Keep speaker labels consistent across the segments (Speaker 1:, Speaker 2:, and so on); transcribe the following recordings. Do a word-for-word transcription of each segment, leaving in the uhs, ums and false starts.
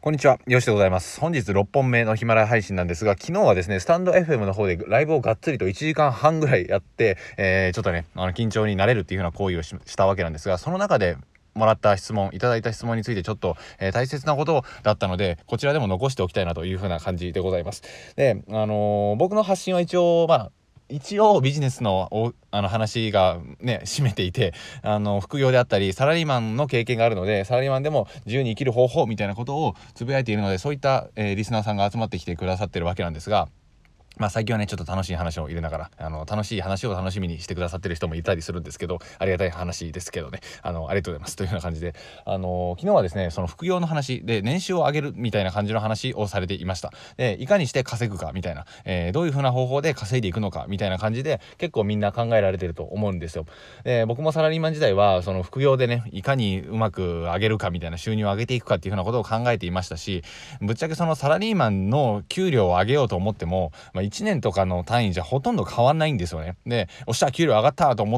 Speaker 1: こんにちは、よしでございます。本日ろっぽんめのヒマラヤ配信なんですが、昨日はですね、スタンド エフエム の方でライブをがっつりといちじかんはんぐらいやって、えー、ちょっとね、あの緊張になれるっていう風な行為を し, したわけなんですが、その中でもらった質問、いただいた質問についてちょっと、えー、大切なことだったので、こちらでも残しておきたいなという風な感じでございます。で、あのー、僕の発信は一応、まあ、一応ビジネスのおあの話がね占めていて、あの副業であったりサラリーマンの経験があるので、サラリーマンでも自由に生きる方法みたいなことをつぶやいているので、そういった、えーリスナーさんが集まってきてくださってるわけなんですが、まあ最近はねちょっと楽しい話を入れながら、あの楽しい話を楽しみにしてくださってる人もいたりするんですけど、ありがたい話ですけどね、あのありがとうございますというような感じで、あの昨日はですねその副業の話で年収を上げるみたいな感じの話をされていました。で、いかにして稼ぐかみたいな、えー、どういう風な方法で稼いでいくのかみたいな感じで結構みんな考えられてると思うんですよ。で、僕もサラリーマン時代はその副業でねいかにうまく上げるかみたいな、収入を上げていくかっていう風なことを考えていましたし、ぶっちゃけそのサラリーマンの給料を上げようと思っても、まあ、いちねんとかの単位じゃほとんど変わんないんですよね。で、おっしゃ給料上がったと思って、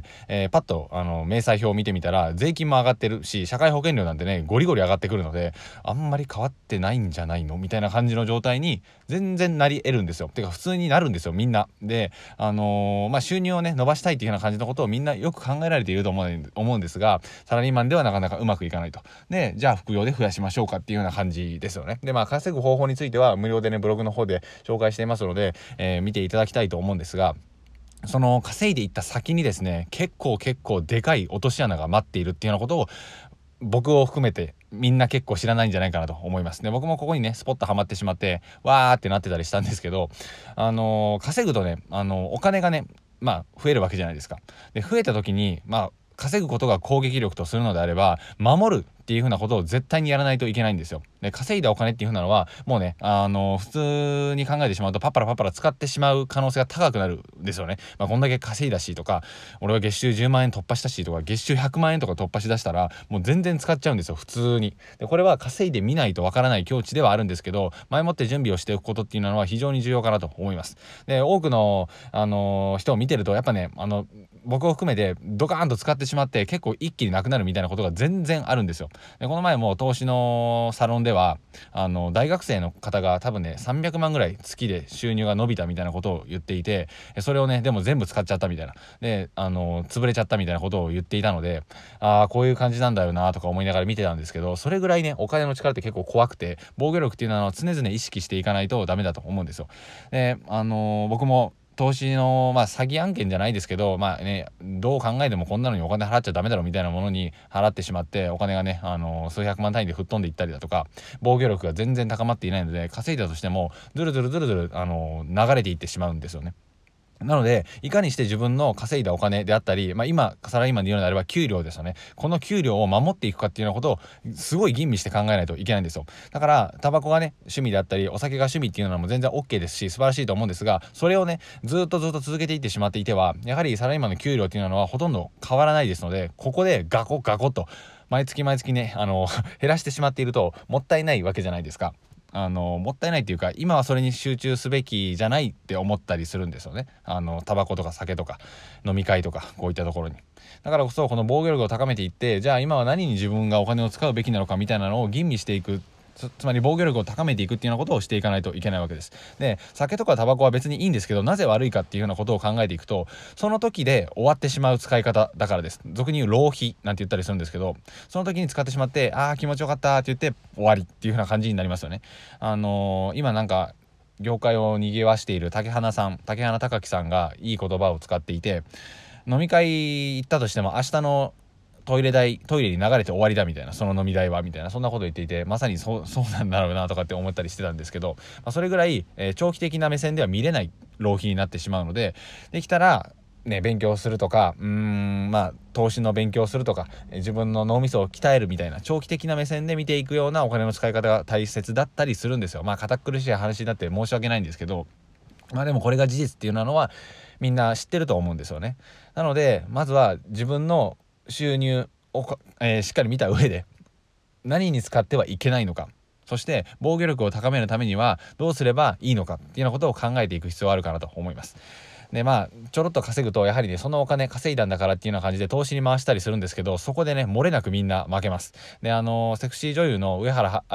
Speaker 1: えー、パッとあの明細表を見てみたら税金も上がってるし、社会保険料なんてねゴリゴリ上がってくるので、あんまり変わってないんじゃないのみたいな感じの状態に全然なり得るんですよ。てか普通になるんですよ、みんな。で、あのー、まあ収入をね伸ばしたいっていうような感じのことをみんなよく考えられていると思う思うんですが、サラリーマンではなかなかうまくいかないと。で、じゃあ副業で増やしましょうかっていうような感じですよね。で、まあ稼ぐ方法については無料でねブログの方で紹介していますので、えー見ていただきたいと思うんですが、その稼いでいった先にですね、結構結構でかい落とし穴が待っているっていうようなことを、僕を含めてみんな結構知らないんじゃないかなと思います。で、僕もここにねスポッとハマってしまってわーってなってたりしたんですけど、あのー、稼ぐとね、あのー、お金がねまあ増えるわけじゃないですか。で、増えた時にまあ稼ぐことが攻撃力とするのであれば、守るっていう風なことを絶対にやらないといけないんですよ。で、稼いだお金っていう風なのはもうね、あの普通に考えてしまうとパッパラパッパラ使ってしまう可能性が高くなるんですよね。まあ、こんだけ稼いだしとか、俺は月収じゅうまんえん突破したしとか、月収ひゃくまんえんとか突破しだしたらもう全然使っちゃうんですよ、普通に。で、これは稼いでみないとわからない境地ではあるんですけど、前もって準備をしておくことっていうのは非常に重要かなと思います。で、多くの、あのー人を見てるとやっぱね、あの僕を含めてドカーンと使ってしまって結構一気になくなるみたいなことが全然あるんですよ。で、この前も投資のサロンではあの大学生の方が多分ねさんびゃくまんぐらい月で収入が伸びたみたいなことを言っていて、それをねでも全部使っちゃったみたいな、で、あの潰れちゃったみたいなことを言っていたので、ああこういう感じなんだよなとか思いながら見てたんですけど、それぐらいねお金の力って結構怖くて、防御力っていうのは常々意識していかないとダメだと思うんですよ。で、あの僕も投資の、まあ、詐欺案件じゃないですけど、まあね、どう考えてもこんなのにお金払っちゃダメだろみたいなものに払ってしまって、お金がね、あの数百万単位で吹っ飛んでいったりだとか、防御力が全然高まっていないので、稼いだとしてもずるずるずるずる、あの流れていってしまうんですよね。なので、いかにして自分の稼いだお金であったり、まあ今、サラリーマンで言うのであれば給料ですよね。この給料を守っていくかっていうようなことを、すごい吟味して考えないといけないんですよ。だから、タバコがね、趣味であったり、お酒が趣味っていうのも全然 OK ですし、素晴らしいと思うんですが、それをね、ずっとずっと続けていってしまっていては、やはりサラリーマンの給料っていうのはほとんど変わらないですので、ここでガコガコと、毎月毎月ね、あの、減らしてしまっていると、もったいないわけじゃないですか。あのもったいないっていうか、今はそれに集中すべきじゃないって思ったりするんですよね。あのタバコとか酒とか飲み会とかこういったところに。だからこそこの防御力を高めていって、じゃあ今は何に自分がお金を使うべきなのかみたいなのを吟味していく、つ, つまり防御力を高めていくっていうようなことをしていかないといけないわけです。で、酒とかタバコは別にいいんですけど、なぜ悪いかっていうようなことを考えていくと、その時で終わってしまう使い方だからです。俗に言う浪費なんて言ったりするんですけど、その時に使ってしまって、あー気持ちよかったって言って終わりっていうような感じになりますよね。あのー、今なんか業界を賑わしている竹花さん、竹花隆樹さんがいい言葉を使っていて、飲み会行ったとしても明日のトイレ代トイレに流れて終わりだみたいな、その飲み代はみたいな、そんなこと言っていて、まさにそうそうなんだろうなとかって思ったりしてたんですけど、まあ、それぐらい、えー長期的な目線では見れない浪費になってしまうので、できたらね勉強するとか、うーんまあ投資の勉強するとか、えー自分の脳みそを鍛えるみたいな長期的な目線で見ていくようなお金の使い方が大切だったりするんですよ。まあ堅苦しい話になって申し訳ないんですけど、まあでもこれが事実っていうのはみんな知ってると思うんですよね。なのでまずは自分の収入をか、えーしっかり見た上で何に使ってはいけないのか、そして防御力を高めるためにはどうすればいいのかっていうようなことを考えていく必要があるかなと思います。で、まあちょろっと稼ぐとやはりね、そのお金稼いだんだからっていうような感じで投資に回したりするんですけど、そこでね漏れなくみんな負けます。で、あのーセクシー女優の上原愛さん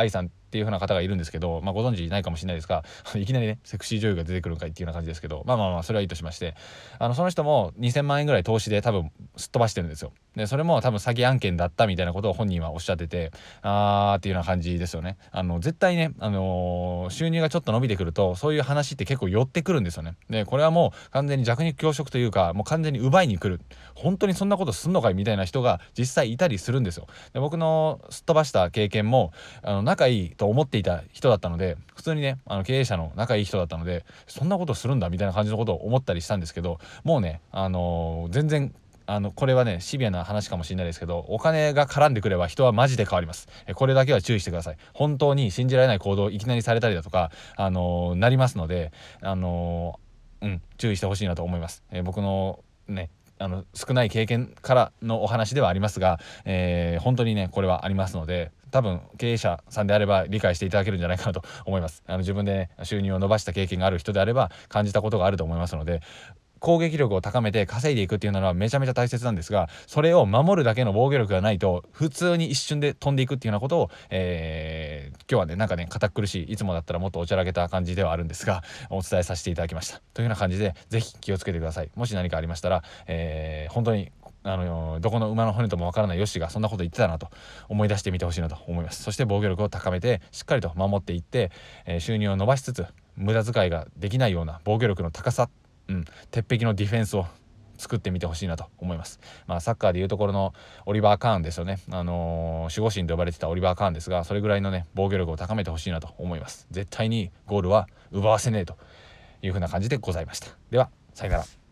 Speaker 1: っていう風な方がいるんですけど、まあ、ご存知ないかもしれないですがいきなりねセクシー女優が出てくるんかいっていうような感じですけど、まあまあまあそれはいいとしまして、あのその人もにせんまんえんぐらい投資で多分すっ飛ばしてるんですよ。でそれも多分詐欺案件だったみたいなことを本人はおっしゃってて、あーっていうような感じですよね。あの絶対ね、あのー収入がちょっと伸びてくるとそういう話って結構寄ってくるんですよね。でこれはもう完全に弱肉強食というか、もう完全に奪いに来る、本当にそんなことすんのかいみたいな人が実際いたりするんですよ。で僕のすっ飛ばした経験もあの仲いいと思っていた人だったので、普通にねあの経営者の仲いい人だったので、そんなことするんだみたいな感じのことを思ったりしたんですけど、もうねあのー全然あのこれはねシビアな話かもしれないですけど、お金が絡んでくれば人はマジで変わります。えこれだけは注意してください。本当に信じられない行動をいきなりされたりだとか、あのーなりますので、あのーうん注意してほしいなと思います。え僕のねあの少ない経験からのお話ではありますが、えー本当にねこれはありますので、多分経営者さんであれば理解していただけるんじゃないかなと思います。あの自分で、ね、収入を伸ばした経験がある人であれば感じたことがあると思いますので、攻撃力を高めて稼いでいくっていうのはめちゃめちゃ大切なんですが、それを守るだけの防御力がないと普通に一瞬で飛んでいくっていうようなことを、えー、今日はねなんかね堅苦しい、いつもだったらもっとおちゃらけた感じではあるんですがお伝えさせていただきましたというような感じで、ぜひ気をつけてください。もし何かありましたら、えー、本当にあのどこの馬の骨ともわからないヨシがそんなこと言ってたなと思い出してみてほしいなと思います。そして防御力を高めてしっかりと守っていって、えー、収入を伸ばしつつ無駄遣いができないような防御力の高さ、うん、鉄壁のディフェンスを作ってみてほしいなと思います。まあサッカーでいうところのオリバー・カーンですよね。あのー、守護神と呼ばれてたオリバー・カーンですが、それぐらいのね防御力を高めてほしいなと思います。絶対にゴールは奪わせねえというふうな感じでございました。ではさよなら。